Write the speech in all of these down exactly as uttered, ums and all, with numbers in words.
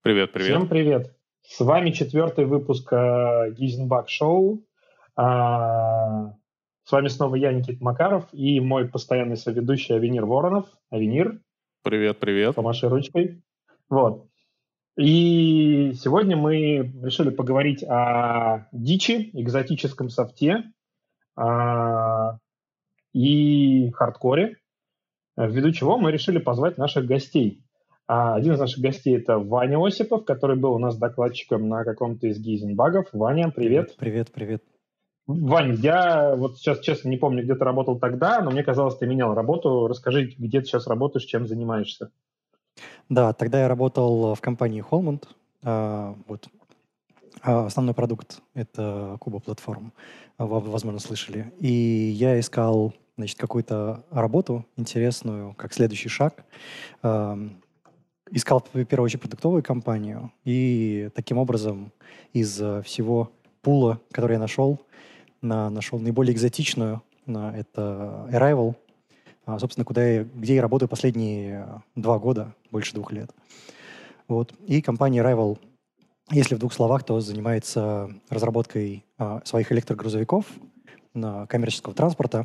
Привет, привет. Всем привет! С вами четвертый выпуск э, Гизенбаг Шоу. А, С вами снова я, Никита Макаров, и мой постоянный соведущий Авенир Воронов. Авенир, Привет, привет. помаши ручкой. Вот. И сегодня мы решили поговорить о дичи, экзотическом софте а, и хардкоре, ввиду чего мы решили позвать наших гостей. А Один из наших гостей – это Ваня Осипов, который был у нас докладчиком на каком-то из гизенбагов. Ваня, привет. Привет, привет. Вань, я вот сейчас, честно, не помню, где ты работал тогда, но мне казалось, ты менял работу. Расскажи, где ты сейчас работаешь, чем занимаешься. Да, тогда я работал в компании Holmond. А, вот. А основной продукт — это Kubo платформ, вы, возможно, слышали. И я искал, значит, какую-то работу интересную, как следующий шаг. А, искал, в первую очередь, продуктовую компанию. И таким образом из всего пула, который я нашел, на, нашел наиболее экзотичную. На, это Arrival. А, собственно, куда я, где я работаю последние два года, больше двух лет. Вот. И компания Arrival, если в двух словах, то занимается разработкой а, своих электрогрузовиков, а, коммерческого транспорта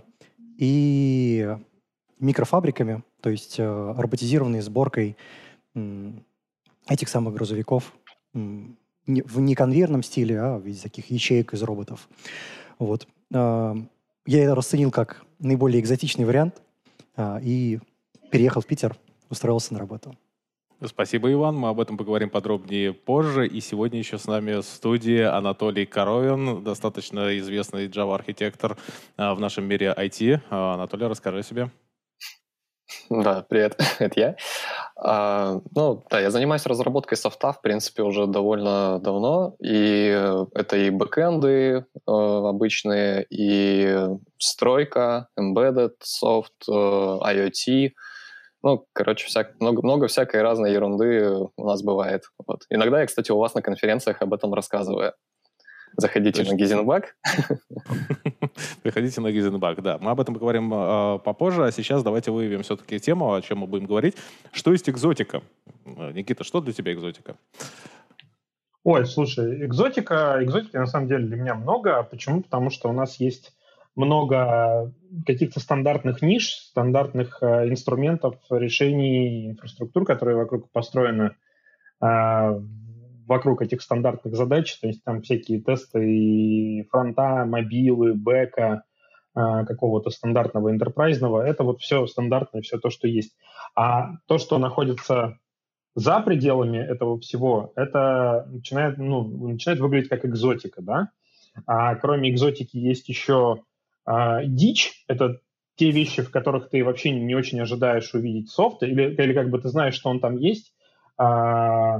и микрофабриками, то есть а, роботизированной сборкой м, этих самых грузовиков м, не, в не конвейерном стиле, а в виде таких ячеек из роботов. Вот. А, я это расценил как наиболее экзотичный вариант, а, и переехал в Питер, устроился на работу. Спасибо, Иван. Мы об этом поговорим подробнее позже. И сегодня еще с нами в студии Анатолий Коровин, достаточно известный Java-архитектор а, в нашем мире ай ти. А, Анатолий, расскажи о себе. Да, привет, это я. А, ну, да, я занимаюсь разработкой софта, в принципе, уже довольно давно, и это и бэкэнды э, обычные, и стройка, embedded софт, э, IoT, ну, короче, всяк, много, много всякой разной ерунды у нас бывает. Вот. Иногда я, кстати, у вас на конференциях об этом рассказываю. Заходите Точно. на Гизенбаг. Приходите на Гизенбаг, да. Мы об этом поговорим э, попозже, а сейчас давайте выявим все-таки тему, о чем мы будем говорить. Что есть экзотика? Никита, что для тебя экзотика? Ой, слушай, экзотика, экзотики на самом деле для меня много. Почему? Потому что у нас есть много каких-то стандартных ниш, стандартных э, инструментов, решений, инфраструктур, которые вокруг построены э, вокруг этих стандартных задач, то есть там всякие тесты и фронта, мобилы, бэка, э, какого-то стандартного интерпрайзного, это вот все стандартное, все то, что есть. А то, что находится за пределами этого всего, это начинает, ну, начинает выглядеть как экзотика, да? А кроме экзотики есть еще а, дичь, это те вещи, в которых ты вообще не очень ожидаешь увидеть софт, или, или как бы ты знаешь, что он там есть, а,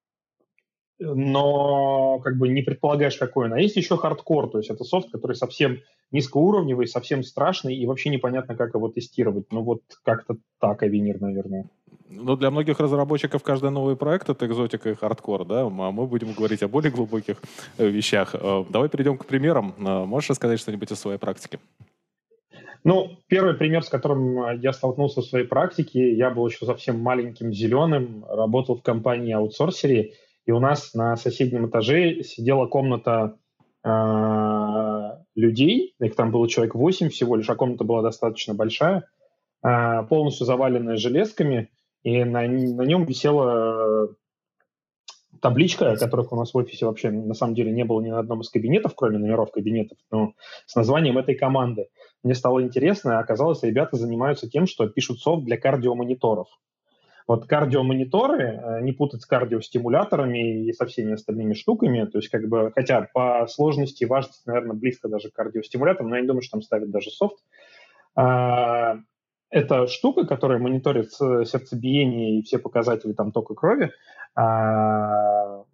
но как бы не предполагаешь, какой он. А есть еще хардкор, то есть это софт, который совсем низкоуровневый, совсем страшный, и вообще непонятно, как его тестировать. Ну вот как-то так, Авенир, наверное. Ну, для многих разработчиков каждый новый проект — это экзотика и хардкор, да, а мы будем говорить о более глубоких вещах. Давай перейдем к примерам. Можешь рассказать что-нибудь из своей практики? Ну, первый пример, с которым я столкнулся в своей практике, я был еще совсем маленьким зеленым, работал в компании аутсорсере, и у нас на соседнем этаже сидела комната э, людей, их там было человек восемь всего лишь, а комната была достаточно большая, э, полностью заваленная железками, и на, на нем висела табличка, которых у нас в офисе вообще на самом деле не было ни на одном из кабинетов, кроме номеров кабинетов, но с названием этой команды. Мне стало интересно, оказалось, ребята занимаются тем, что пишут софт для кардиомониторов. Вот кардиомониторы, не путать с кардиостимуляторами и со всеми остальными штуками, то есть как бы, хотя по сложности и важности, наверное, близко даже к кардиостимуляторам, но я не думаю, что там ставят даже софт. Это штука, которая мониторит сердцебиение и все показатели там, тока крови а,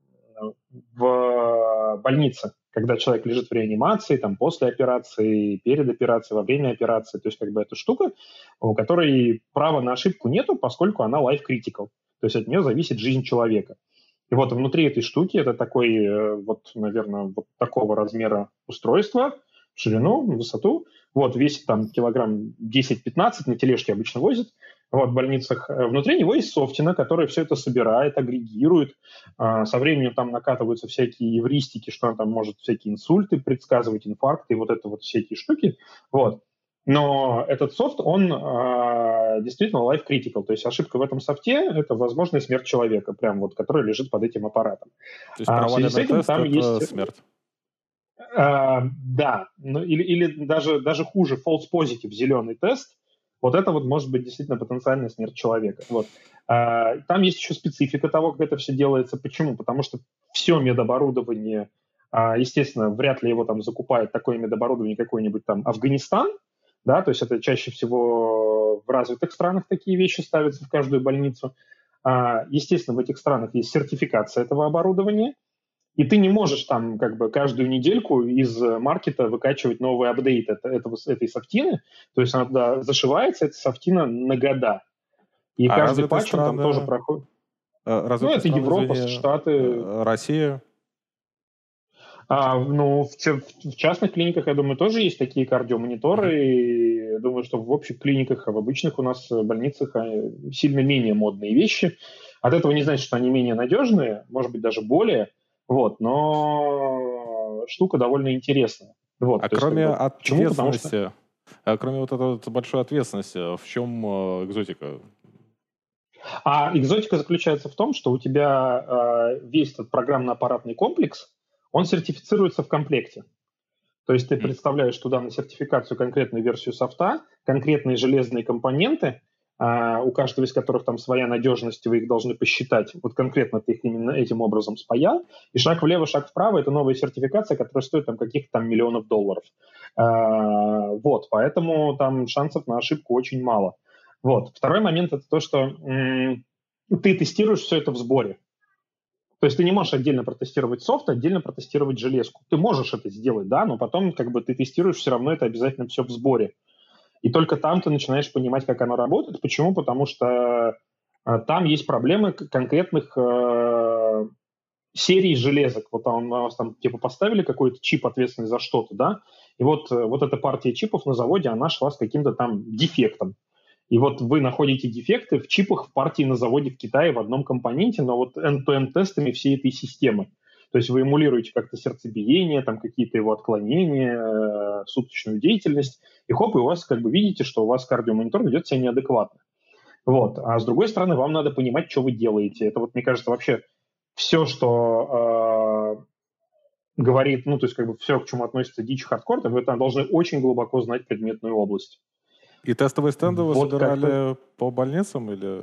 в больнице, когда человек лежит в реанимации, там, после операции, перед операцией, во время операции. То есть как бы это штука, у которой права на ошибку нету, поскольку она life critical. То есть от нее зависит жизнь человека. И вот внутри этой штуки это такой, вот, наверное, вот такого размера устройство, ширину, высоту. Вот, весит там килограмм десять-пятнадцать, на тележке обычно возят. вот, в больницах. Внутри него есть софтина, которая все это собирает, агрегирует. Со временем там накатываются всякие эвристики, что он там может всякие инсульты предсказывать, инфаркты, вот это вот всякие штуки. Вот. Но этот софт, он э, действительно life critical, то есть ошибка в этом софте – это возможная смерть человека, прям вот, которая лежит под этим аппаратом. То есть проваленный тест – это есть... смерть? Э, да, ну, или, или даже, даже хуже, false positive, зеленый тест, вот это вот может быть действительно потенциальная смерть человека. Вот. Э, там есть еще специфика того, как это все делается. Почему? Потому что все медоборудование, э, естественно, вряд ли его там закупает такое медоборудование какой-нибудь там Афганистан, да, то есть это чаще всего в развитых странах такие вещи ставятся в каждую больницу. Естественно, в этих странах есть сертификация этого оборудования, и ты не можешь там как бы каждую недельку из маркета выкачивать новый апдейт этого, этой софтины, то есть она туда зашивается, эта софтина на года. И а каждый патч страны... там тоже проходит. Ну, это Европа, извини, Штаты. Россия. А, ну, в, в частных клиниках, я думаю, тоже есть такие кардиомониторы. И я думаю, что в общих клиниках, а в обычных у нас больницах сильно менее модные вещи. От этого не значит, что они менее надежные, может быть, даже более. Вот, но штука довольно интересная. Вот, а кроме есть, как бы, ответственности, почему? Что... а кроме вот этой вот большой ответственности, в чем экзотика? А экзотика заключается в том, что у тебя э, весь этот программно-аппаратный комплекс, он сертифицируется в комплекте. То есть ты представляешь туда на сертификацию конкретную версию софта, конкретные железные компоненты, а, у каждого из которых там своя надежность, вы их должны посчитать. Вот конкретно ты их именно этим образом спаял. И шаг влево, шаг вправо – это новая сертификация, которая стоит там каких-то там миллионов долларов. А, вот, поэтому там шансов на ошибку очень мало. Вот. Второй момент – это то, что м- ты тестируешь все это в сборе. То есть ты не можешь отдельно протестировать софт, отдельно протестировать железку. Ты можешь это сделать, да, но потом как бы ты тестируешь все равно это обязательно все в сборе. И только там ты начинаешь понимать, как оно работает. Почему? Потому что э, там есть проблемы конкретных э, серий железок. Вот там, у нас там типа поставили какой-то чип, ответственный за что-то, да, и вот, вот эта партия чипов на заводе, она шла с каким-то там дефектом. И вот вы находите дефекты в чипах в партии на заводе в Китае в одном компоненте, но вот end-to-end тестами всей этой системы. То есть вы эмулируете как-то сердцебиение, там какие-то его отклонения, суточную деятельность, и хоп, и у вас как бы видите, что у вас кардиомонитор ведет себя неадекватно. Вот. А с другой стороны, вам надо понимать, что вы делаете. Это вот, мне кажется, вообще все, что э, говорит, ну, то есть как бы все, к чему относится дичь хардкор, вы там должны очень глубоко знать предметную область. И тестовые стенды вы вот собирали как-то... по больницам или...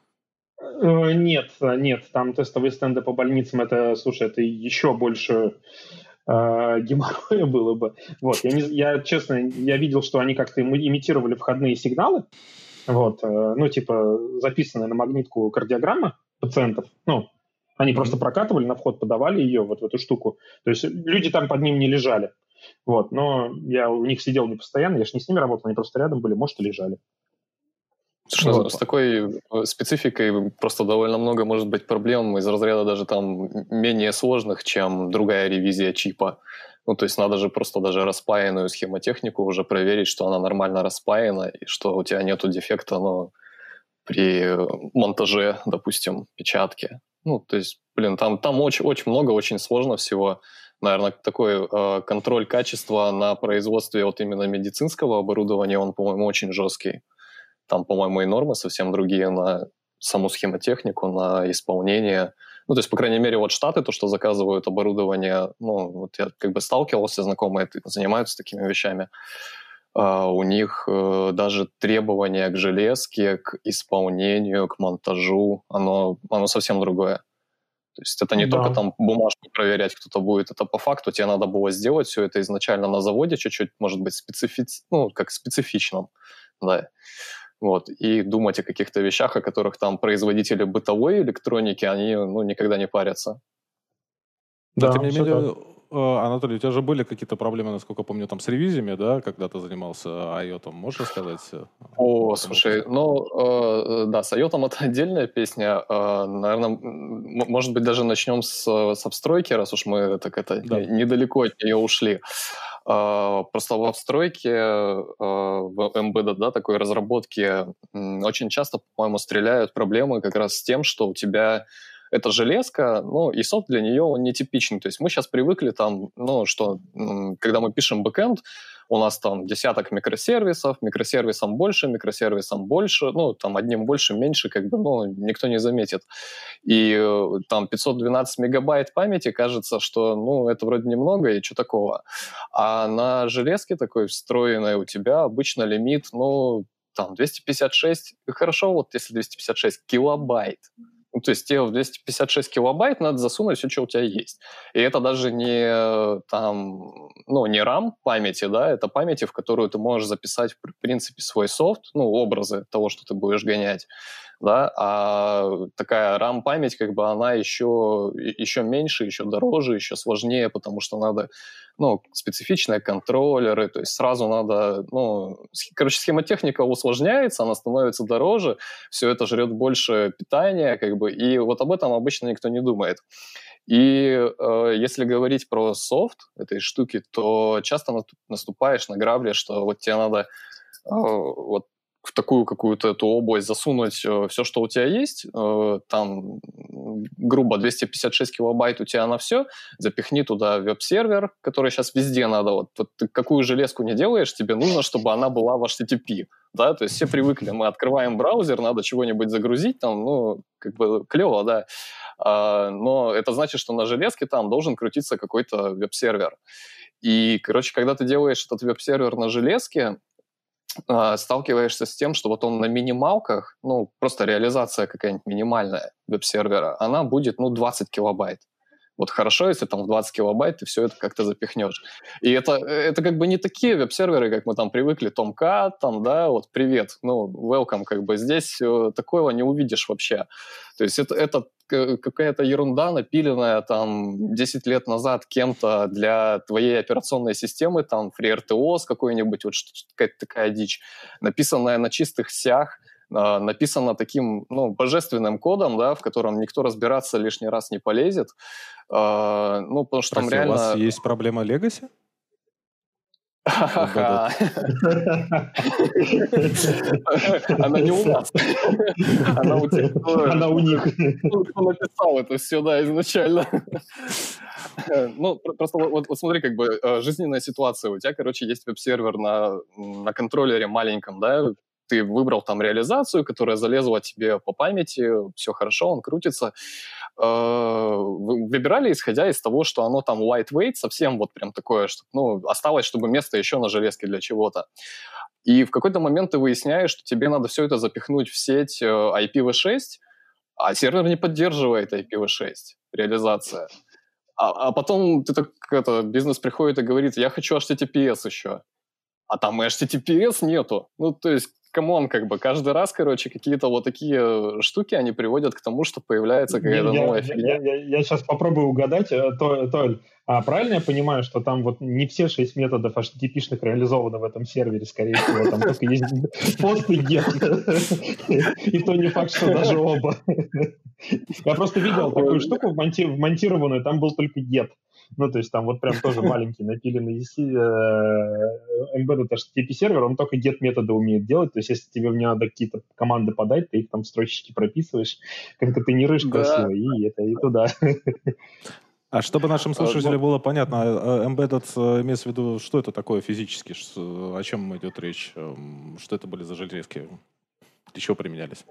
Нет, нет, там тестовые стенды по больницам, это, слушай, это еще больше э, геморроя было бы. Вот, я, не, я, честно, я видел, что они как-то имитировали входные сигналы, вот, э, ну, типа, записанные на магнитку кардиограмма пациентов, ну, они mm-hmm. просто прокатывали на вход, подавали ее вот в эту штуку, то есть люди там под ним не лежали. Вот, но я у них сидел не постоянно, я же не с ними работал, они просто рядом были, может, и лежали. Слушай, вот. С такой спецификой просто довольно много может быть проблем из разряда даже там менее сложных, чем другая ревизия чипа. Ну, то есть надо же просто даже распаянную схемотехнику уже проверить, что она нормально распаяна, и что у тебя нету дефекта, но при монтаже, допустим, печатки. Ну, то есть, блин, там, там очень, очень много, очень сложно всего. Наверное, такой э, контроль качества на производстве вот именно медицинского оборудования, он, по-моему, очень жесткий. Там, по-моему, и нормы совсем другие на саму схемотехнику, на исполнение. Ну, то есть, по крайней мере, вот Штаты, то, что заказывают оборудование, ну, вот я как бы сталкивался, знакомые занимаются такими вещами. Uh, у них uh, даже требования к железке, к исполнению, к монтажу, оно, оно совсем другое. То есть это не да. только там бумажку проверять кто-то будет, это по факту тебе надо было сделать все это изначально на заводе, чуть-чуть, может быть, специфи... ну, как специфичном, да. Вот, и думать о каких-то вещах, о которых там производители бытовой электроники, они, ну, никогда не парятся. Но, да, тем не менее, Анатолий, у тебя же были какие-то проблемы, насколько помню, там с ревизиями, да, когда ты занимался айотом, можешь рассказать? О, слушай, ну, э, да, с айотом это отдельная песня, э, наверное, м- может быть, даже начнем с, с обстройки, раз уж мы так это да. недалеко от нее ушли. Просто в обстройке, в Embedded, да, такой разработке очень часто, по-моему, стреляют проблемы как раз с тем, что у тебя эта железка, ну, и софт для нее он нетипичный. То есть мы сейчас привыкли там, ну, что когда мы пишем бэкэнд, у нас там десяток микросервисов, микросервисом больше, микросервисом больше, ну, там одним больше, меньше, как бы, ну, никто не заметит. И там пятьсот двенадцать мегабайт памяти, кажется, что, ну, это вроде немного, и что такого. А на железке такой встроенной у тебя обычно лимит, ну, там, двести пятьдесят шесть, хорошо, вот если двести пятьдесят шесть килобайт. Ну, то есть тебе в двести пятьдесят шесть килобайт надо засунуть все, что у тебя есть. И это даже не там, ну, не RAM памяти, да, это памяти, в которую ты можешь записать, в принципе, свой софт, ну, образы того, что ты будешь гонять, да, а такая RAM-память, как бы, она еще, еще меньше, еще дороже, еще сложнее, потому что надо, ну, специфичные контроллеры, то есть сразу надо, ну, короче, схемотехника усложняется, она становится дороже, все это жрет больше питания, как бы, и вот об этом обычно никто не думает. И э, если говорить про софт этой штуки, то часто наступаешь на грабли, что вот тебе надо э, вот в такую какую-то эту область засунуть э, все, что у тебя есть, э, там, грубо, двести пятьдесят шесть килобайт у тебя на все, запихни туда веб-сервер, который сейчас везде надо, вот, вот ты какую железку не делаешь, тебе нужно, чтобы она была в эйч ти ти пи, да, то есть все привыкли, мы открываем браузер, надо чего-нибудь загрузить, там, ну, как бы клево, да, а, но это значит, что на железке там должен крутиться какой-то веб-сервер. И, короче, когда ты делаешь этот веб-сервер на железке, сталкиваешься с тем, что вот он на минималках, ну, просто реализация какая-нибудь минимальная веб-сервера, она будет, ну, двадцать килобайт. Вот хорошо, если там в двадцать килобайт ты все это как-то запихнешь. И это, это как бы не такие веб-серверы, как мы там привыкли, Tomcat, там, да, вот привет, ну, welcome, как бы здесь такого не увидишь вообще. То есть это, это какая-то ерунда, напиленная там десять лет назад кем-то для твоей операционной системы, там FreeRTOS какой-нибудь, вот какая-то такая дичь, написанная на чистых сях, написано таким, ну, божественным кодом, да, в котором никто разбираться лишний раз не полезет. Uh, ну, потому что Прости, там реально... у вас есть проблема Legacy? Она не у нас. Она у тех, Она у них. Кто написал это все, да, изначально. Ну, просто вот смотри, как бы жизненная ситуация. У тебя, короче, есть веб-сервер на контроллере маленьком, да, ты выбрал там реализацию, которая залезла тебе по памяти, все хорошо, он крутится. Выбирали, исходя из того, что оно там lightweight, совсем вот прям такое, что, ну, осталось, чтобы место еще на железке для чего-то. И в какой-то момент ты выясняешь, что тебе надо все это запихнуть в сеть ай пи ви шесть, а сервер не поддерживает ай пи ви шесть, реализация. А, а потом ты так, это, бизнес приходит и говорит, я хочу эйч ти ти пи эс еще. А там и эйч ти ти пи эс нету. Ну, то есть, камон, как бы, каждый раз, короче, какие-то вот такие штуки, они приводят к тому, что появляется какая-то я, новая я, фигня. Я, я, я сейчас попробую угадать, Толь, а правильно я понимаю, что там вот не все шесть методов эйч ти ти пи-шных реализованы в этом сервере, скорее всего, там только есть пост и get, и то не факт, что даже оба. Я просто видел такую штуку вмонтированную, там был только get. Ну, то есть там вот прям тоже маленький напиленный embedded эйч ти ти пи сервер, он только get методы умеет делать, то есть если тебе в него надо какие-то команды подать, ты их там строчечки прописываешь, конкатенируешь да. красиво, и это, и туда. А чтобы нашим слушателям было понятно, embedded имеется в виду, что это такое физически, о чем идет речь, что это были за железки, для чего применялись?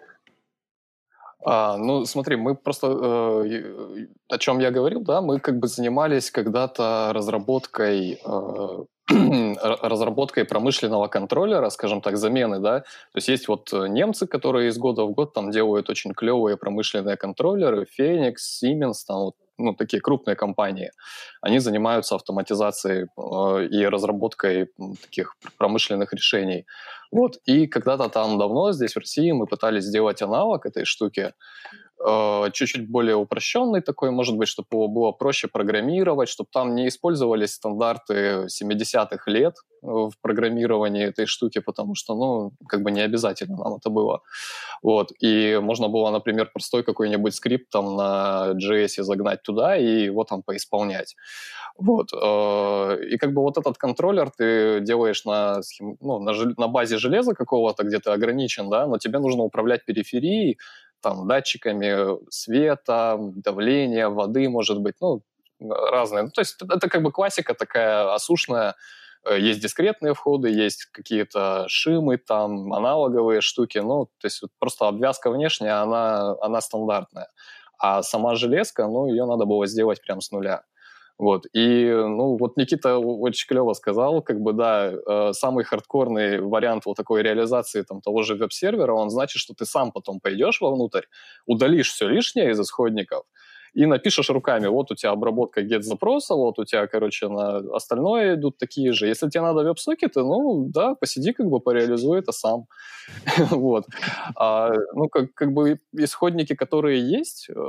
А, ну, смотри, мы просто, э, о чем я говорил, да, мы как бы занимались когда-то разработкой, э, разработкой промышленного контроллера, скажем так, замены, да, то есть есть вот немцы, которые из года в год там делают очень клевые промышленные контроллеры, Phoenix, Siemens, там вот, ну, такие крупные компании, они занимаются автоматизацией э, и разработкой таких промышленных решений. Вот. И когда-то там давно здесь, в России, мы пытались сделать аналог этой штуки, э, чуть-чуть более упрощенный такой, может быть, чтобы его было проще программировать, чтобы там не использовались стандарты семидесятых лет в программировании этой штуки, потому что, ну, как бы не обязательно нам это было. Вот. И можно было, например, простой какой-нибудь скрипт там на джей эс загнать туда и его там поисполнять. Вот. И как бы вот этот контроллер ты делаешь на, схем... ну, на, жел... на базе железа какого-то, где ты ограничен, да, но тебе нужно управлять периферией, там, датчиками света, давления, воды, может быть, ну, разные. Ну, то есть это как бы классика такая осушная. Есть дискретные входы, есть какие-то шимы, там, аналоговые штуки. Ну, то есть вот просто обвязка внешняя, она, она стандартная. А сама железка, ну, ее надо было сделать прям с нуля. Вот. И, ну, вот Никита очень клево сказал, как бы, да, э, самый хардкорный вариант вот такой реализации там того же веб-сервера, он значит, что ты сам потом пойдешь вовнутрь, удалишь все лишнее из исходников и напишешь руками, вот у тебя обработка get-запроса, вот у тебя, короче, на остальное идут такие же. Если тебе надо веб-сокеты, ну, да, посиди, как бы, пореализуй это сам. Вот. А, ну, как, как бы исходники, которые есть, э,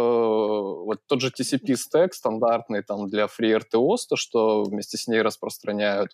вот тот же ти си пи-стек стандартный там для FreeRTOS, то, что вместе с ней распространяют,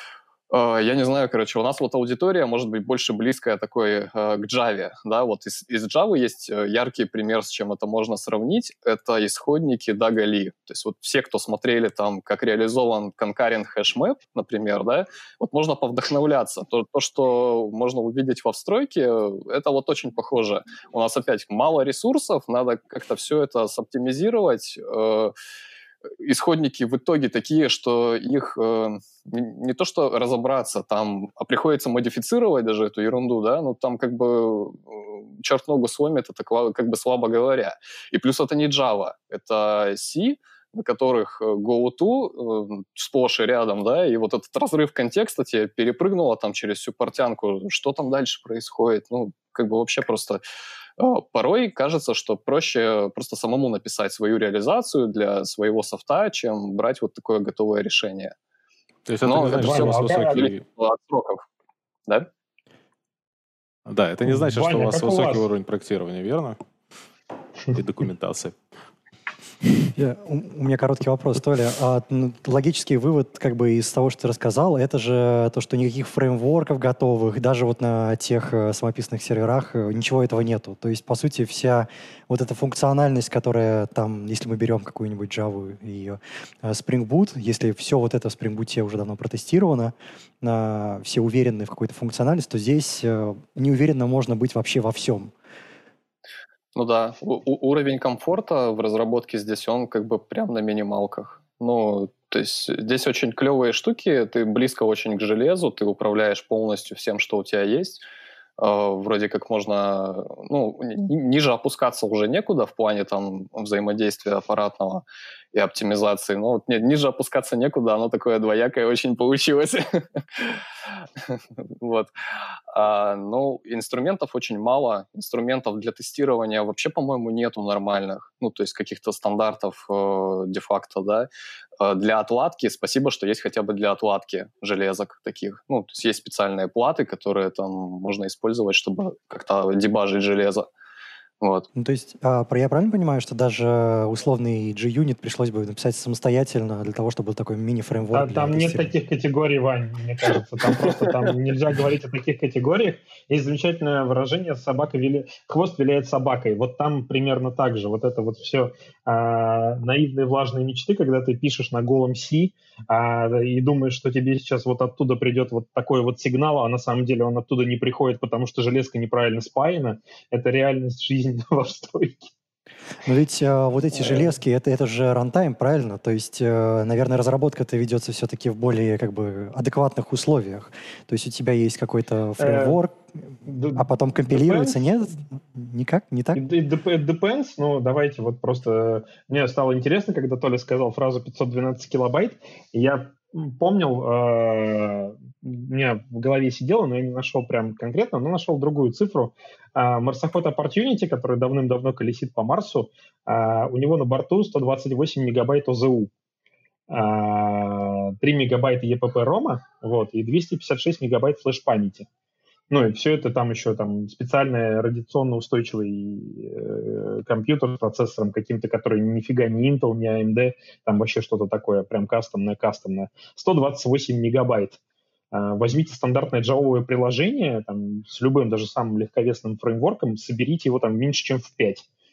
Uh, я не знаю, короче, у нас вот аудитория может быть больше близкая такой uh, к Java, да, вот из, из Java есть яркий пример, с чем это можно сравнить, это исходники DAGA-Li, то есть вот все, кто смотрели там, как реализован concurrent hash map, например, да, вот можно повдохновляться, то, то, что можно увидеть во встройке, это вот очень похоже. У нас опять мало ресурсов, надо как-то все это соптимизировать, uh, исходники в итоге такие, что их э, не то что разобраться там, а приходится модифицировать даже эту ерунду, да, ну там как бы черт ногу сломит, это как бы слабо говоря. И плюс это не Java, это C, на которых GoTo э, сплошь и рядом, да, и вот этот разрыв контекста тебе перепрыгнуло там через всю портянку, что там дальше происходит, ну, как бы вообще просто... Порой кажется, что проще просто самому написать свою реализацию для своего софта, чем брать вот такое готовое решение. То есть это Но не значит, что у вас высокий... От сроков, да? Да, это не значит, Ваня, что у вас высокий у вас? уровень проектирования, верно? И документации. Я, у, у меня короткий вопрос, Толя. А, ну, логический вывод как бы из того, что ты рассказал, это же то, что никаких фреймворков готовых, даже вот на тех э, самописных серверах э, ничего этого нету. То есть, по сути, вся вот эта функциональность, которая там, если мы берем какую-нибудь Java и ее э, Spring Boot, если все вот это в Spring Boot уже давно протестировано, э, все уверены в какой-то функциональности, то здесь э, неуверенно можно быть вообще во всем. Ну да, у- уровень комфорта в разработке здесь, он как бы прям на минималках. Ну, то есть здесь очень клевые штуки, ты близко очень к железу, ты управляешь полностью всем, что у тебя есть. Э, Вроде как можно, ну, ни- ниже опускаться уже некуда в плане там взаимодействия аппаратного и оптимизации. Но вот ни- ниже опускаться некуда, оно такое двоякое очень получилось. Вот. А, ну, инструментов очень мало. Инструментов для тестирования вообще, по-моему, нету нормальных. Ну, то есть каких-то стандартов э, де-факто, да. Э, Для отладки, спасибо, что есть хотя бы для отладки железок таких. Ну, то есть есть специальные платы, которые там можно использовать, чтобы как-то дебажить железо. Вот. Ну, то есть, а, про- я правильно понимаю, что даже условный G-Unit пришлось бы написать самостоятельно для того, чтобы был такой мини-фреймворк А, для там нет тестирования? таких категорий, Вань, мне кажется. Там просто там нельзя говорить о таких категориях. Есть замечательное выражение «собака виля... хвост виляет собакой». Вот там примерно так же. Вот это вот все а, наивные влажные мечты, когда ты пишешь на голом C а, и думаешь, что тебе сейчас вот оттуда придет вот такой вот сигнал, а на самом деле он оттуда не приходит, потому что железка неправильно спаяна. Это реальность жизни во встройке. Но ведь а, вот эти железки, это, это же рантайм, правильно? То есть, э, наверное, разработка-то ведется все-таки в более как бы адекватных условиях. То есть у тебя есть какой-то фреймворк, а потом компилируется, нет? Никак? Не так? It, it depends. Ну, давайте вот просто... Мне стало интересно, когда Толя сказал фразу пятьсот двенадцать килобайт, и я помнил, э, у меня в голове сидело, но я не нашел прям конкретно, но нашел другую цифру. Э, марсоход Opportunity, который давным-давно колесит по Марсу, э, у него на борту сто двадцать восемь мегабайт о зэ у, э, три мегабайта и пи пи-рома, вот, и двести пятьдесят шесть мегабайт флеш-памяти. Ну и все это там еще там специальный радиационно устойчивый э, компьютер с процессором каким-то, который нифига не Intel, не эй эм ди, там вообще что-то такое, прям кастомное-кастомное. сто двадцать восемь мегабайт. Э, возьмите стандартное джавовое приложение там, с любым, даже самым легковесным фреймворком, соберите его там меньше, чем в пять.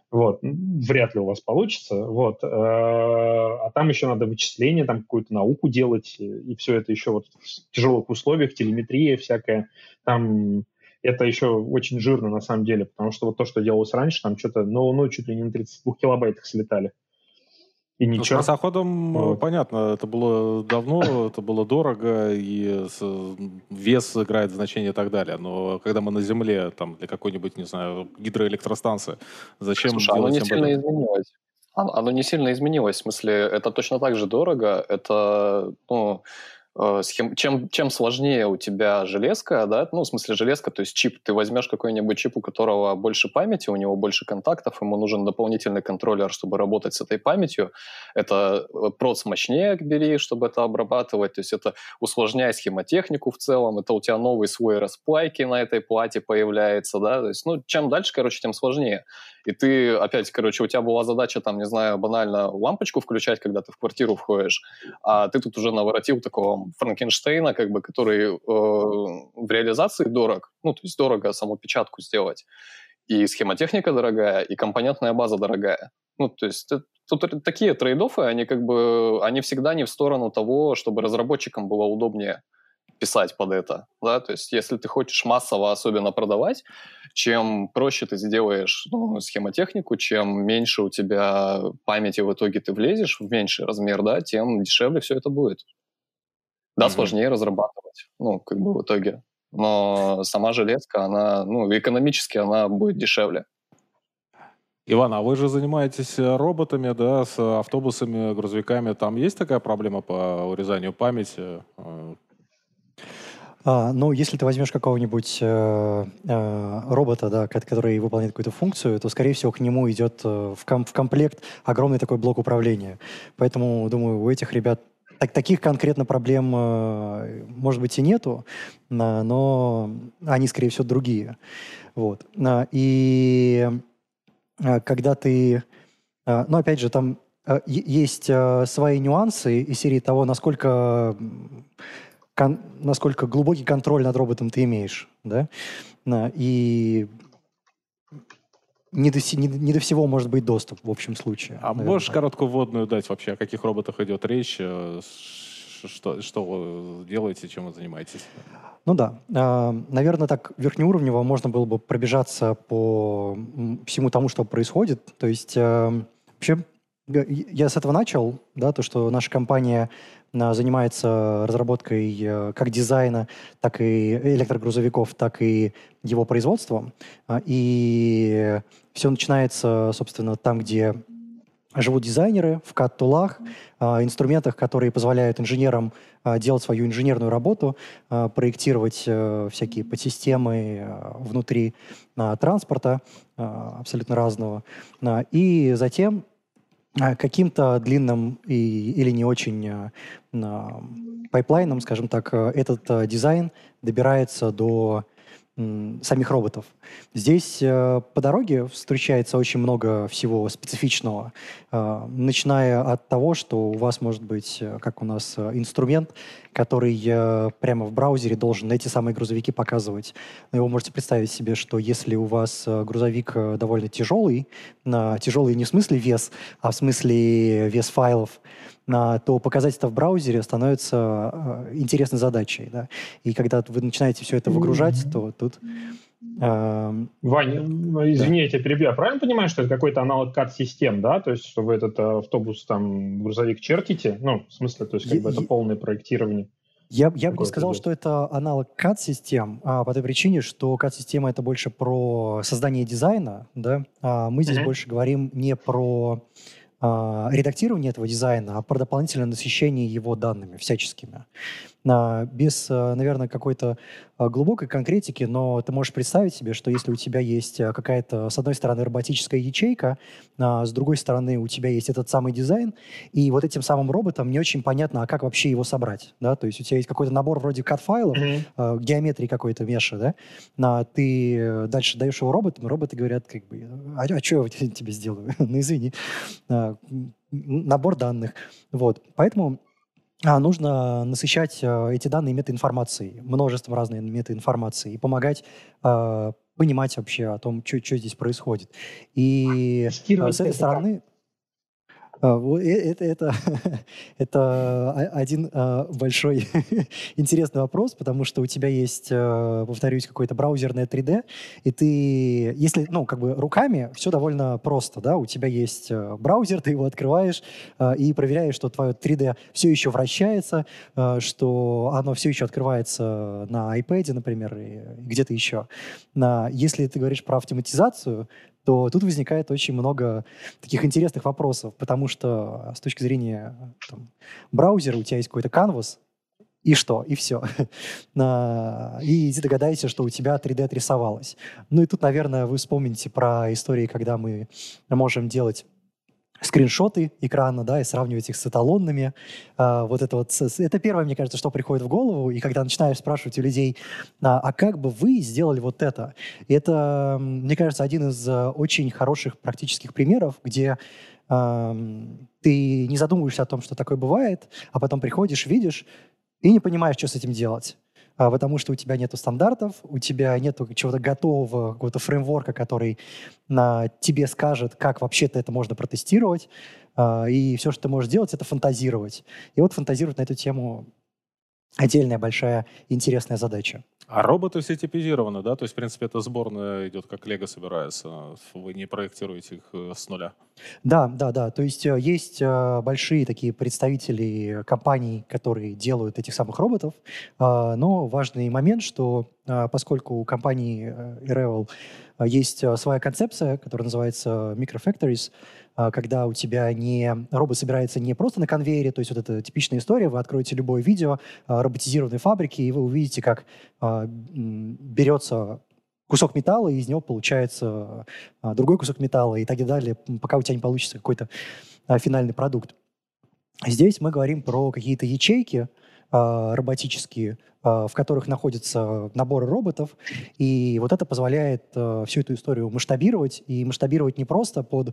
Вот. Вряд ли у вас получится. Вот. А там еще надо вычисления, там какую-то науку делать, и все это еще вот в тяжелых условиях, телеметрия всякая. Там это еще очень жирно на самом деле, потому что вот то, что делалось раньше, там что-то, ну, ну чуть ли не на тридцати двух килобайтах слетали. И Ну, с ничего. марсоходом, Вот. понятно, это было давно, это было дорого, и с- вес играет значение и так далее. Но когда мы на Земле, там, для какой-нибудь, не знаю, гидроэлектростанции, зачем Слушай, оно делать не об сильно этом? изменилось. Оно, оно не сильно изменилось. В смысле, это точно так же дорого. Это, ну, э, схем- чем, чем сложнее у тебя железка, да, ну, в смысле железка, то есть чип, ты возьмешь какой-нибудь чип, у которого больше памяти, у него больше контактов, ему нужен дополнительный контроллер, чтобы работать с этой памятью. Это э, проц мощнее бери, чтобы это обрабатывать, то есть это усложняет схемотехнику в целом, это у тебя новый свой расплайки на этой плате появляется, да, то есть, ну, чем дальше, короче, тем сложнее. И ты, опять, короче, у тебя была задача, там, не знаю, банально лампочку включать, когда ты в квартиру входишь, а ты тут уже наворотил такого Франкенштейна, как бы, который э, в реализации дорог, ну, то есть дорого саму печатку сделать. И схемотехника дорогая, и компонентная база дорогая. Ну, то есть это, тут такие трейд-оффы, они как бы, они всегда не в сторону того, чтобы разработчикам было удобнее писать под это, да, то есть если ты хочешь массово особенно продавать, чем проще ты сделаешь, ну, схемотехнику, чем меньше у тебя памяти в итоге ты влезешь в меньший размер, да, тем дешевле все это будет. Да, Мгм. сложнее разрабатывать, ну, как бы в итоге, но сама железка, она, ну, экономически она будет дешевле. Иван, а вы же занимаетесь э, роботами, да, с автобусами, грузовиками. Там есть такая проблема по урезанию памяти? Э, А, ну, если ты возьмешь какого-нибудь э, э, робота, да, ко- который выполняет какую-то функцию, то, скорее всего, к нему идет э, в, ком- в комплект огромный такой блок управления. Поэтому, думаю, у этих ребят так- таких конкретно проблем, э, может быть, и нету, на- но они, скорее всего, другие. Вот. А, И а, когда ты... а, Ну, опять же, там а, е- есть а, свои нюансы из серии того, насколько м, кон- насколько глубокий контроль над роботом ты имеешь, да, На, и не до, си- не, до не до всего может быть доступ в общем случае, А наверное, можешь так. короткую вводную дать вообще, о каких роботах идет речь? э, ш- Что, что вы делаете, чем вы занимаетесь? Ну да, наверное, так верхнеуровнево можно было бы пробежаться по м, всему тому, что происходит. То есть э, вообще г- я с этого начал, да, то, что наша компания а, занимается разработкой э, как дизайна, так и электрогрузовиков, так и его производством. А, И все начинается, собственно, там, где живут дизайнеры, в кат-тулах, а, инструментах, которые позволяют инженерам а, делать свою инженерную работу, а, проектировать э, всякие подсистемы а, внутри а, транспорта а, абсолютно разного. А, И затем а, каким-то длинным и, или не очень а, а, пайплайном, скажем так, э, этот а, дизайн добирается до м, самих роботов. Здесь э, по дороге встречается очень много всего специфичного, э, начиная от того, что у вас может быть, э, как у нас, э, инструмент, который э, прямо в браузере должен эти самые грузовики показывать. Но вы можете представить себе, что если у вас э, грузовик э, довольно тяжелый, на- тяжелый не в смысле вес, а в смысле вес файлов, на- то показать это в браузере становится э, интересной задачей. Да? И когда вы начинаете все это выгружать, то тут... эм, Ваня, м, да. извини, я тебя перебью. Я правильно понимаю, что это какой-то аналог кат-систем, да? То есть, что вы этот э, автобус, там, грузовик чертите? Ну, в смысле, то есть, как Е- бы это е- полное проектирование Я, я бы не какое-то сказал, идет. что это аналог кат-систем, а, по той причине, что кат-система — это больше про создание дизайна, да? А мы здесь Мгм. больше говорим не про а, редактирование этого дизайна, а про дополнительное насыщение его данными всяческими. А, без, а, наверное, какой-то а, глубокой конкретики, но ты можешь представить себе, что если у тебя есть а, какая-то, с одной стороны, роботическая ячейка, а с другой стороны, у тебя есть этот самый дизайн, и вот этим самым роботом не очень понятно, а как вообще его собрать, да, то есть у тебя есть какой-то набор вроде кат-файлов, Мгм. а, геометрии какой-то меша, да, а ты э, дальше даешь его роботам, и роботы говорят, как бы, а, а что я тебе сделаю? Ну, извини. А, м, набор данных. Вот, поэтому а, нужно насыщать а, эти данные метаинформацией, множеством разной метаинформации, и помогать а, понимать вообще о том, что здесь происходит. И с этой стороны... Это, это, это один большой интересный вопрос, потому что у тебя есть, повторюсь, какой-то браузерное три дэ, и ты, если, ну, как бы руками, все довольно просто, да, у тебя есть браузер, ты его открываешь и проверяешь, что твое три дэ все еще вращается, что оно все еще открывается на iPad, например, и где-то еще. Если ты говоришь про автоматизацию, то тут возникает очень много таких интересных вопросов, потому что с точки зрения там, браузера у тебя есть какой-то canvas, и что? И все. И ты догадаешься, что у тебя три дэ отрисовалось. Ну и тут, наверное, вы вспомните про истории, когда мы можем делать скриншоты экрана, да, и сравнивать их с эталонными. А, вот это вот, это первое, мне кажется, что приходит в голову, и когда начинаешь спрашивать у людей, а, а как бы вы сделали вот это? И это, мне кажется, один из очень хороших практических примеров, где а, ты не задумываешься о том, что такое бывает, а потом приходишь, видишь, и не понимаешь, что с этим делать. Потому что у тебя нет стандартов, у тебя нет чего-то готового, какого-то фреймворка, который а, тебе скажет, как вообще-то это можно протестировать, а, и все, что ты можешь делать, это фантазировать. И вот фантазировать на эту тему отдельная большая интересная задача. А роботы все типизированы, да? То есть, в принципе, это сборная идет, как Лего собирается. Вы не проектируете их с нуля. Да, да, да. То есть есть большие такие представители компаний, которые делают этих самых роботов. Но важный момент, что поскольку у компании Revel есть своя концепция, которая называется Microfactories, когда у тебя не робот собирается не просто на конвейере, то есть вот эта типичная история, вы откроете любое видео роботизированной фабрики, и вы увидите, как берется кусок металла, и из него получается другой кусок металла и так далее, пока у тебя не получится какой-то финальный продукт. Здесь мы говорим про какие-то ячейки роботические, в которых находятся наборы роботов, и вот это позволяет всю эту историю масштабировать, и масштабировать не просто под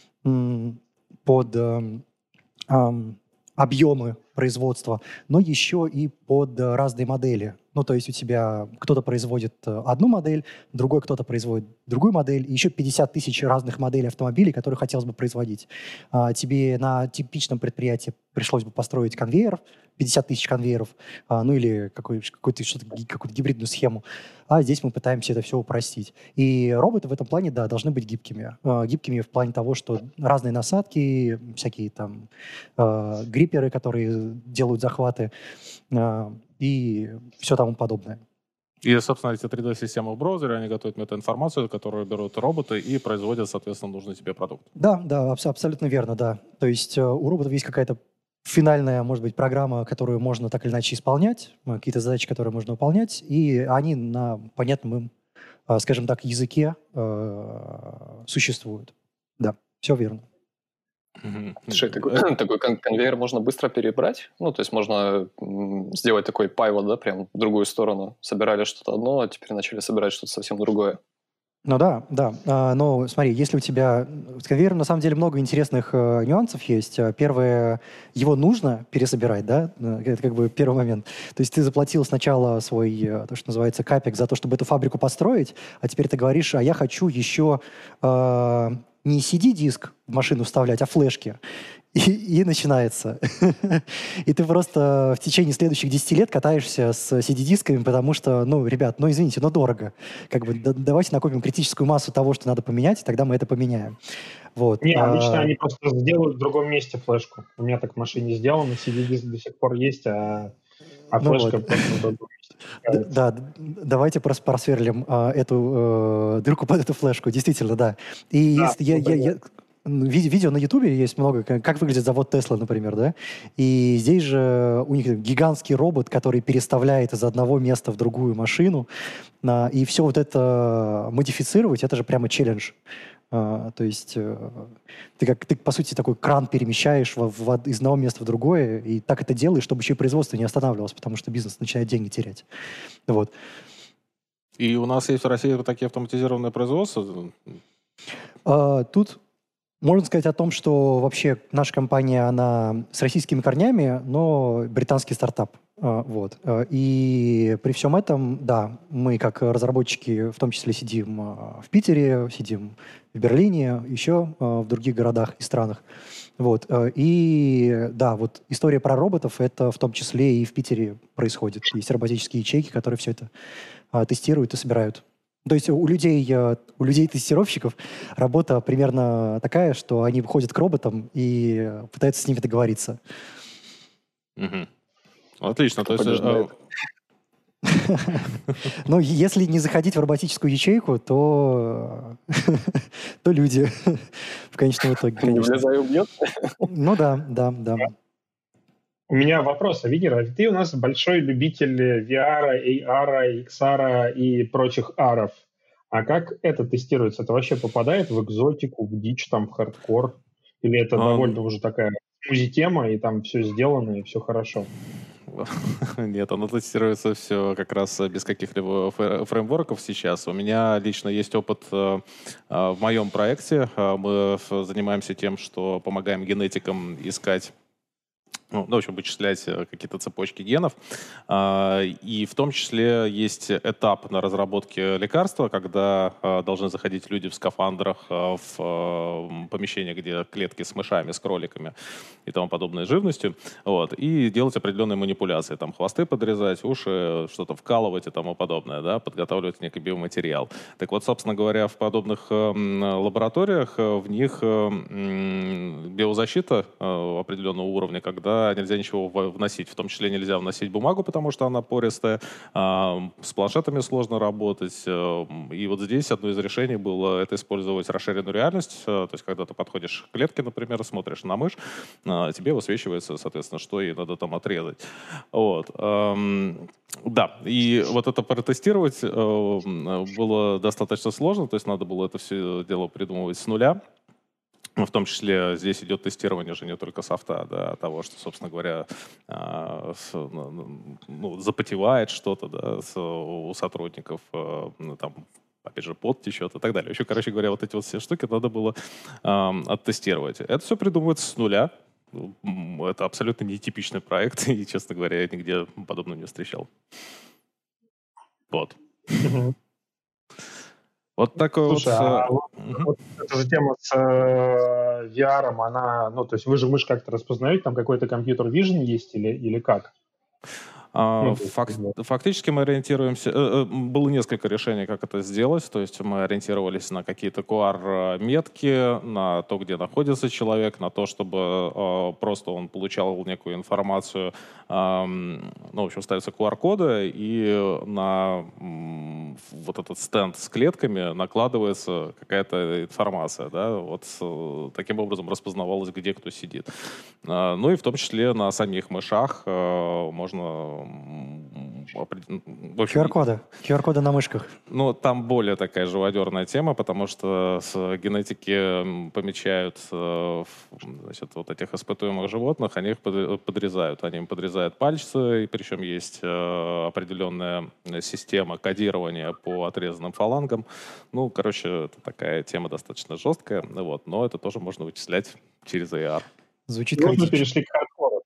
под э, э, объемы производства, но еще и под разные модели. Ну, то есть у тебя кто-то производит одну модель, другой кто-то производит другую модель, и еще пятьдесят тысяч разных моделей автомобилей, которые хотелось бы производить. А, тебе на типичном предприятии пришлось бы построить конвейер, пятьдесят тысяч конвейеров, а, ну или какой, какой-то, что-то, какую-то гибридную схему. А здесь мы пытаемся это все упростить. И роботы в этом плане, да, должны быть гибкими. А, гибкими в плане того, что разные насадки, всякие там а, грипперы, которые делают захваты, а, и все тому подобное. И, собственно, эти три дэ-системы в браузере, они готовят метаинформацию, которую берут роботы и производят, соответственно, нужный тебе продукт. Да, да, аб- абсолютно верно, да. То есть э, у роботов есть какая-то финальная, может быть, программа, которую можно так или иначе исполнять, э, какие-то задачи, которые можно выполнять, и они на понятном им, э, скажем так, языке э, существуют. Да, все верно. Слушай, такой, такой кон- конвейер можно быстро перебрать? Ну, то есть можно м, сделать такой пайвот, да, прям в другую сторону. Собирали что-то одно, а теперь начали собирать что-то совсем другое. Ну да, да. А, но смотри, если у тебя с конвейером на самом деле много интересных э, нюансов есть. А, Первое, его нужно пересобирать, да, Э, это как бы первый момент. То есть ты заплатил сначала свой, э, то, что называется, капек за то, чтобы эту фабрику построить, а теперь ты говоришь, а я хочу еще э, не си ди-диск в машину вставлять, а флешки. И, и начинается. И ты просто в течение следующих десяти лет катаешься с си ди-дисками, потому что, ну, ребят, ну, извините, но дорого. Как бы да- давайте накопим критическую массу того, что надо поменять, и тогда мы это поменяем. Вот. Не, обычно А, они просто сделают в другом месте флешку. У меня так в машине сделано, си ди-диск до сих пор есть, а, а ну флешка вот. просто в другом месте Д- ставится. Да, д- давайте прос- просверлим а, эту э, дырку под эту флешку, действительно, да. И Да, есть, я, я, например. я- м, ви- видео на Ютубе есть много, как, как выглядит завод Тесла, например, да. И здесь же у них гигантский робот, который переставляет из одного места в другую машину. А, и все вот это модифицировать, это же прямо челлендж. А, то есть э, ты, как, ты, по сути, такой кран перемещаешь в- в од- из одного места в другое, и так это делаешь, чтобы еще и производство не останавливалось, потому что бизнес начинает деньги терять. Вот. И у нас есть в России вот такие автоматизированные производства. А, тут можно сказать о том, что вообще наша компания, она с российскими корнями, но британский стартап. А, Вот. А, И при всем этом, да, мы как разработчики в том числе сидим а, в Питере, сидим в Берлине, еще а, в других городах и странах. Вот. а, И да, вот история про роботов, это в том числе и в Питере происходит. Есть роботические ячейки, которые все это а, тестируют и собирают. То есть у людей, а, у людей-тестировщиков работа примерно такая, что они выходят к роботам и а, пытаются с ними договориться. Мгм. Отлично. То Кто есть, э, побеждает? Ну, если не заходить в роботическую ячейку, то, то люди в конечном итоге, Не конечно. влезай, убьет. Ну да, да, да. У меня вопрос, Авигер, а ты у нас большой любитель ви ар, эй ар, икс ар и прочих аров. А как это тестируется? Это вообще попадает в экзотику, в дичь, там, в хардкор? Или это ам, довольно уже такая смузи-тема, и там все сделано, и все хорошо? Нет, оно тестируется все как раз без каких-либо фре- фреймворков сейчас. У меня лично есть опыт э, э, в моем проекте. Э, Мы ф- занимаемся тем, что помогаем генетикам искать, ну, ну, в общем, вычислять э, какие-то цепочки генов. А, И в том числе есть этап на разработке лекарства, когда э, должны заходить люди в скафандрах э, в э, помещение, где клетки с мышами, с кроликами и тому подобной живностью, вот, и делать определенные манипуляции, там хвосты подрезать, уши, что-то вкалывать и тому подобное, да, подготавливать некий биоматериал. Так вот, собственно говоря, в подобных э, м, лабораториях э, в них э, м, биозащита э, определенного уровня, когда нельзя ничего в- вносить, в том числе нельзя вносить бумагу, потому что она пористая, а, с планшетами сложно работать, э, и вот здесь одно из решений было это использовать расширенную реальность, э, то есть когда ты подходишь к клетке, например, смотришь на мышь, а, тебе высвечивается, соответственно, что ей надо там отрезать. Вот. Эм, Да, и вот это протестировать э, м, было достаточно сложно, то есть надо было это все дело придумывать с нуля. Ну, в том числе здесь идет тестирование же не только софта, да, а того, что, собственно говоря, а, с- ну, ну, ну, запотевает что-то, да, с- у сотрудников, э, ну, там, опять же, пот течет и так далее. Еще, короче говоря, вот эти вот все штуки надо было ам, оттестировать. Это все придумывается с нуля. Ну, м, Это абсолютно нетипичный проект, и, честно говоря, я нигде подобного не встречал. Вот. Мгм. Вот такой вот... Слушай, э, а вот, мгм. вот эта же тема с э, ви ар, она, ну, то есть вы же мышь как-то распознаете, там какой-то компьютер vision есть или, или как? А, Ну, то есть, фак- как бы, Фактически мы ориентируемся... э, э, Было несколько решений, как это сделать. То есть мы ориентировались на какие-то ку ар-метки, на то, где находится человек, на то, чтобы э, просто он получал некую информацию. ам, Ну, в общем, ставятся ку ар-коды, и на м, вот этот стенд с клетками накладывается какая-то информация. Да? Вот э, таким образом распознавалось, где кто сидит. А, Ну и в том числе на самих мышах э, можно... м, опред- В общем, и- ку ар-коды. ку ар-коды на мышках. ну, там более такая живодерная тема, потому что с генетики м, помечают э, в- значит, вот этих испытуемых животных, они их под- подрезают. Они им подрезают пальцы, и причем есть э, определенная система кодирования по отрезанным фалангам. Ну, короче, это такая тема достаточно жесткая, вот, но это тоже можно вычислять через эй ар. Звучит вот мы критично. перешли к хардкору.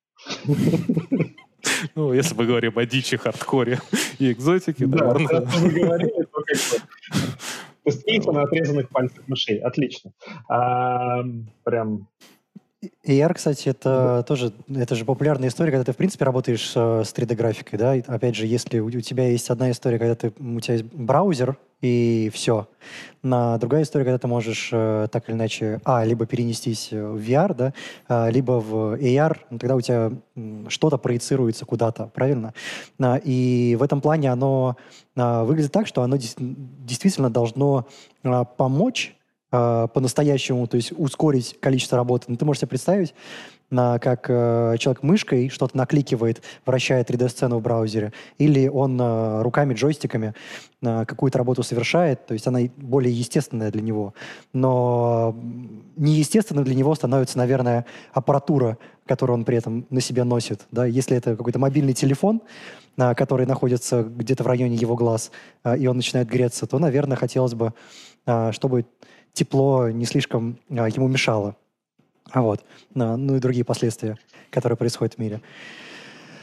Ну, если мы говорим о дичи, хардкоре и экзотике, Да, наверное. раз мы говорили, то как бы тестируется на Вот. отрезанных пальцах мышей. Отлично. А, прям, эй ар, кстати, это тоже, это же популярная история, когда ты, в принципе, работаешь э, с три дэ-графикой, да, и, опять же, если у, у тебя есть одна история, когда ты, у тебя есть браузер, и все. На другая история, когда ты можешь э, так или иначе, а, либо перенестись в ви ар, да, а, либо в эй ар, ну, тогда у тебя м, что-то проецируется куда-то, правильно? А, и в этом плане оно а, выглядит так, что оно дес- действительно должно а, помочь а, по-настоящему, то есть ускорить количество работы. Ну, ты можешь себе представить, на, как э, человек мышкой что-то накликивает, вращая три дэ-сцену в браузере, или он э, руками, джойстиками э, какую-то работу совершает, то есть она и более естественная для него. Но м, неестественным для него становится, наверное, аппаратура, которую он при этом на себе носит. Да? Если это какой-то мобильный телефон, э, который находится где-то в районе его глаз, э, и он начинает греться, то, наверное, хотелось бы, э, чтобы тепло не слишком э, ему мешало. А вот. А, Ну и другие последствия, которые происходят в мире.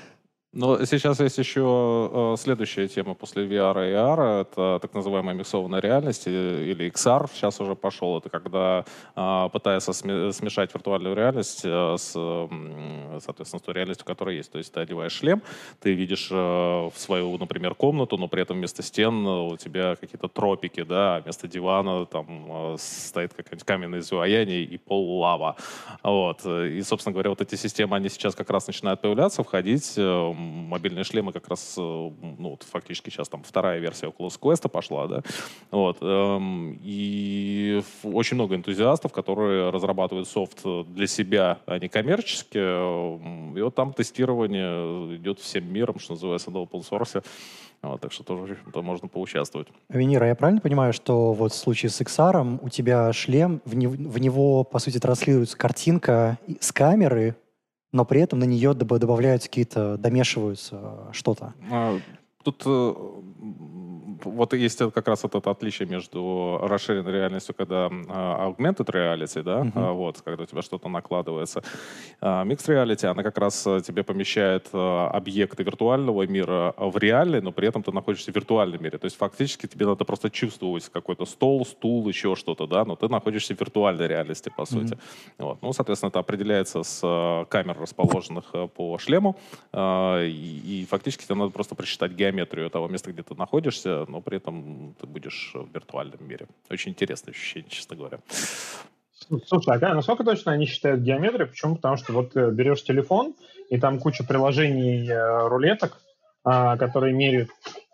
Но сейчас есть еще э, следующая тема после ви ар и эй ар, это так называемая миксованная реальность э, или икс ар сейчас уже пошел. Это когда э, пытаются сме- смешать виртуальную реальность э, с, м, соответственно, с той реальностью, которая есть. То есть ты одеваешь шлем, ты видишь э, свою, например, комнату, но при этом вместо стен у тебя какие-то тропики, да, а вместо дивана там э, стоит какое-нибудь каменное изваяние и пол лава. Вот. И, собственно говоря, вот эти системы, они сейчас как раз начинают появляться, входить. э, Мобильные шлемы как раз, э, ну, вот фактически сейчас там вторая версия Oculus Quest пошла, да. Вот. эм, И ф- очень много энтузиастов, которые разрабатывают софт для себя, а не коммерчески. эм, И вот там тестирование идет всем миром, что называется, на open source. Вот, так что тоже там можно поучаствовать. Венера, я правильно понимаю, что вот в случае с икс ар у тебя шлем, в, не- в него, по сути, транслируется картинка и- с камеры, но при этом на нее доб- добавляются какие-то, домешиваются что-то. А, Тут э, м, вот есть это как раз вот это отличие между расширенной реальностью, когда а, augmented reality, да, Мгм. а, вот, когда у тебя что-то накладывается. А Mixed reality, она как раз э, тебе помещает э, объекты виртуального мира в реальный, но при этом ты находишься в виртуальном мире. То есть фактически тебе надо просто чувствовать какой-то стол, стул, еще что-то, да, но ты находишься в виртуальной реальности, по сути. Мгм. Вот. Ну, соответственно, это определяется с э, камер, расположенных э, по шлему, а, и, и фактически тебе надо просто просчитать геометрию того места, где ты находишься, но при этом ты будешь в виртуальном мире. Очень интересное ощущение, честно говоря. С- Слушай, а ка- насколько точно они считают геометрию? Почему? Потому что вот э, берешь телефон, и там куча приложений, э, рулеток, а, которые меряют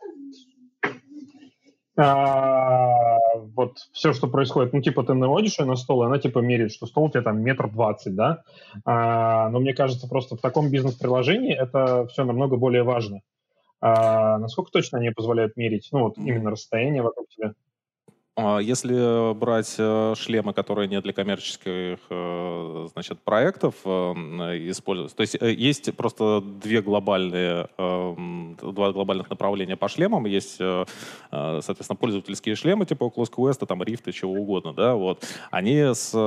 а, вот все, что происходит. Ну, типа, ты наводишь ее на стол, и она типа меряет, что стол у тебя там метр двадцать, да? А, но мне кажется, просто в таком бизнес-приложении это все намного более важно. А, насколько точно они позволяют мерить, ну, вот именно расстояние вокруг тебя? А Если брать э, шлемы, которые не для коммерческих, э, значит, проектов э, м, э, используются, то есть э, есть просто две глобальные, э, м, два глобальных направления по шлемам. Есть, э, э, соответственно, пользовательские шлемы типа Oculus Quest, там Rift и чего угодно, да, вот. Они с э,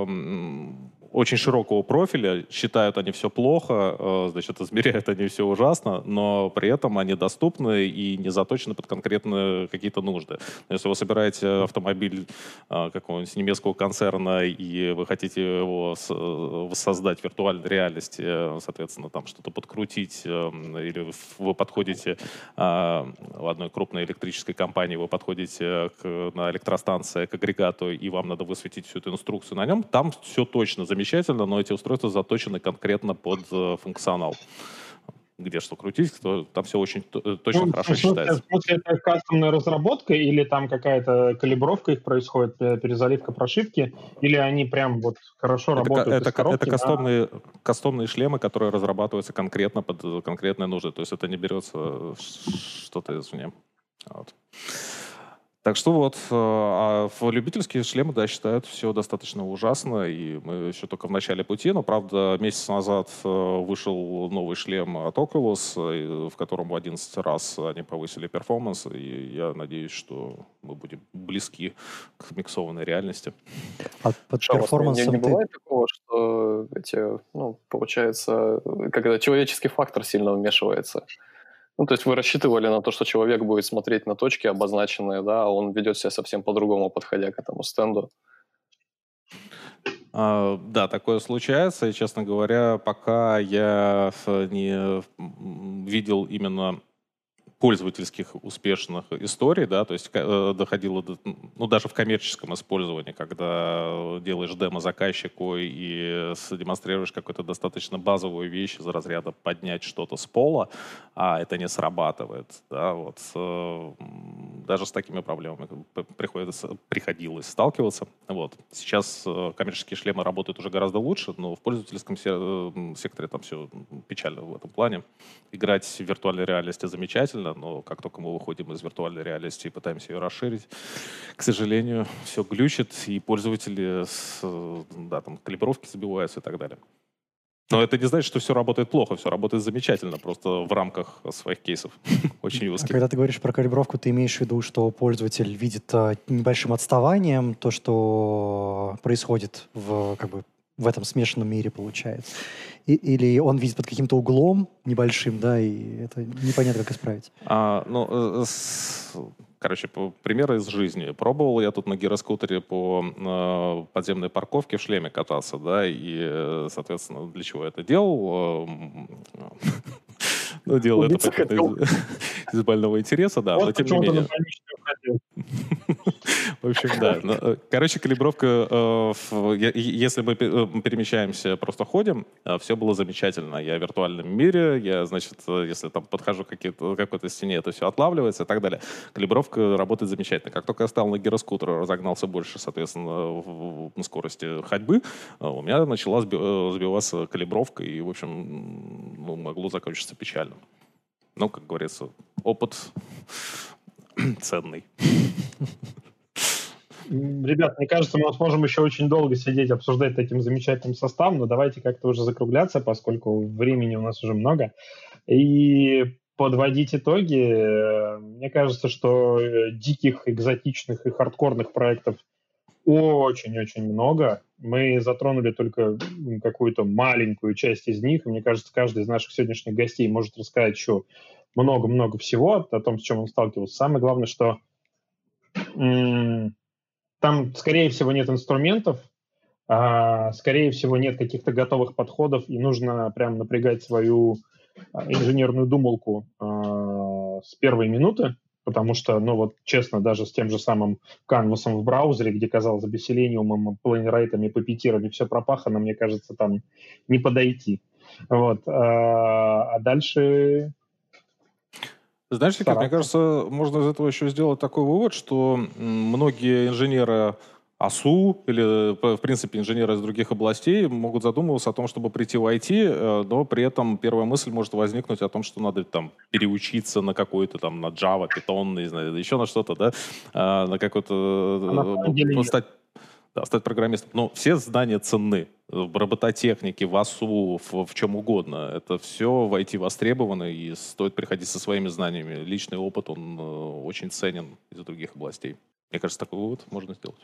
м, очень широкого профиля, считают они все плохо, э, значит, измеряют они все ужасно, но при этом они доступны и не заточены под конкретные какие-то нужды. Если вы собираете автомобиль а, какого-нибудь немецкого концерна, и вы хотите его с- воссоздать в виртуальной реальности, э, соответственно, там что-то подкрутить, э, или в- вы подходите а, в одной крупной электрической компании, вы подходите к, на электростанции к агрегату, и вам надо высветить всю эту инструкцию на нем, там все точно, замечательно, но эти устройства заточены конкретно под э, функционал. Где что крутить, то, там все очень т- э, точно, Ну, в хорошо смысле, считается. в смысле, это кастомная разработка или там какая-то калибровка их происходит, э, перезаливка прошивки, или они прям вот хорошо Это, ка- работают из это, ка- это коробки на... кастомные, кастомные шлемы, которые разрабатываются конкретно под э, конкретные нужды. То есть это не берется э, ш- что-то извне. Вот. Так что вот, э, а в любительские шлемы, да, считают все достаточно ужасно, и мы еще только в начале пути, но, правда, месяц назад э, вышел новый шлем от Oculus, э, в котором в одиннадцать раз они повысили перформанс, и я надеюсь, что мы будем близки к миксованной реальности. А под Что, у вас не, не- не перформансом ты... бывает такого, что эти, ну, получается, когда человеческий фактор сильно вмешивается? Ну, то есть вы рассчитывали на то, что человек будет смотреть на точки обозначенные, да, а он ведет себя совсем по-другому, подходя к этому стенду. А, Да, такое случается, и, честно говоря, пока я э, не м, видел именно пользовательских успешных историй, да, то есть ка- э, доходило до, ну, даже в коммерческом использовании, когда делаешь демо заказчику и с- демонстрируешь какую-то достаточно базовую вещь из разряда поднять что-то с пола, а это не срабатывает, да, вот, э, м, даже с такими проблемами п- приходится, приходилось сталкиваться, вот. Сейчас э, коммерческие шлемы работают уже гораздо лучше, но в пользовательском се- э, м, секторе там все печально в этом плане. Играть в виртуальной реальности замечательно, но как только мы выходим из виртуальной реальности и пытаемся ее расширить, к сожалению, все глючит, и пользователи с, э, да, там, калибровки забиваются и так далее. Но это не значит, что все работает плохо, все работает замечательно, просто в рамках своих кейсов, очень А узких. когда ты говоришь про калибровку, ты имеешь в виду, что пользователь видит а, небольшим отставанием то, что происходит в, как бы, в этом смешанном мире получается. И, или он видит под каким-то углом небольшим, да, и это непонятно, как исправить. А, ну, с... Короче, примеры из жизни. Пробовал я тут на гироскутере по э, подземной парковке в шлеме кататься, да, и, соответственно, для чего я это делал? Ну, делал это из больного интереса, да, но тем не менее. В общем, да. Короче, калибровка, если мы перемещаемся, просто ходим, все было замечательно. Я в виртуальном мире, я, значит, если там подхожу к какой-то стене, это все отлавливается и так далее. Калибровка работает замечательно. Как только я стал на гироскутер, разогнался больше, соответственно, на скорости ходьбы, у меня начала сбиваться калибровка, и, в общем, ну, могло закончиться печально. Ну, как говорится, опыт ценный. Ребят, мне кажется, мы сможем еще очень долго сидеть, обсуждать таким замечательным составом, но давайте как-то уже закругляться, поскольку времени у нас уже много. И подводить итоги, мне кажется, что диких, экзотичных и хардкорных проектов очень-очень много. Мы затронули только какую-то маленькую часть из них, и мне кажется, каждый из наших сегодняшних гостей может рассказать еще много-много всего о том, с чем он сталкивался. Самое главное, что м- там, скорее всего, нет инструментов, а, скорее всего, нет каких-то готовых подходов, и нужно прям напрягать свою а, инженерную думалку а, с первой минуты, потому что, ну вот, честно, даже с тем же самым канвасом в браузере, где, казалось бы, селениумом, плейнрайтами, папетирами все пропахано, мне кажется, там не подойти. Вот. А, а дальше... Знаешь, Никит, мне кажется, можно из этого еще сделать такой вывод, что многие инженеры АСУ или, в принципе, инженеры из других областей могут задумываться о том, чтобы прийти в ай ти, но при этом первая мысль может возникнуть о том, что надо там переучиться на какой-то там, на Java, Python, не знаю, еще на что-то, да, на какой-то... А стать, да, стать программистом. Но все знания ценны. В робототехнике, в АСУ, в, в чем угодно. Это все в ай ти востребовано, и стоит приходить со своими знаниями. Личный опыт, он э, очень ценен из других областей. Мне кажется, такой вывод можно сделать.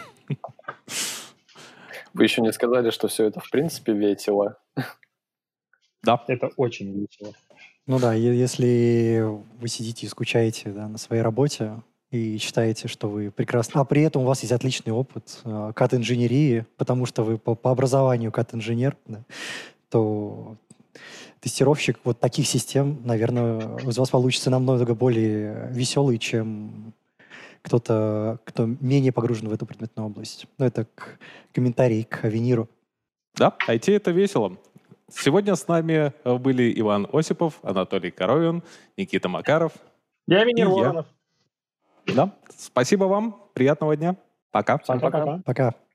Вы еще не сказали, что все это в принципе весело. Да. Это очень весело. Ну да, если вы сидите и скучаете, да, на своей работе и считаете, что вы прекрасно... А при этом у вас есть отличный опыт э, кат-инженерии, потому что вы по, по образованию кат-инженер, да, то тестировщик вот таких систем, наверное, из вас получится намного более веселый, чем кто-то, кто менее погружен в эту предметную область. Ну, это к, комментарий к Вениру. Да, ай ти — это весело. Сегодня с нами были Иван Осипов, Анатолий Коровин, Никита Макаров. Я Венер Воронов. Да, спасибо вам, приятного дня. Пока. Пока-пока. Пока.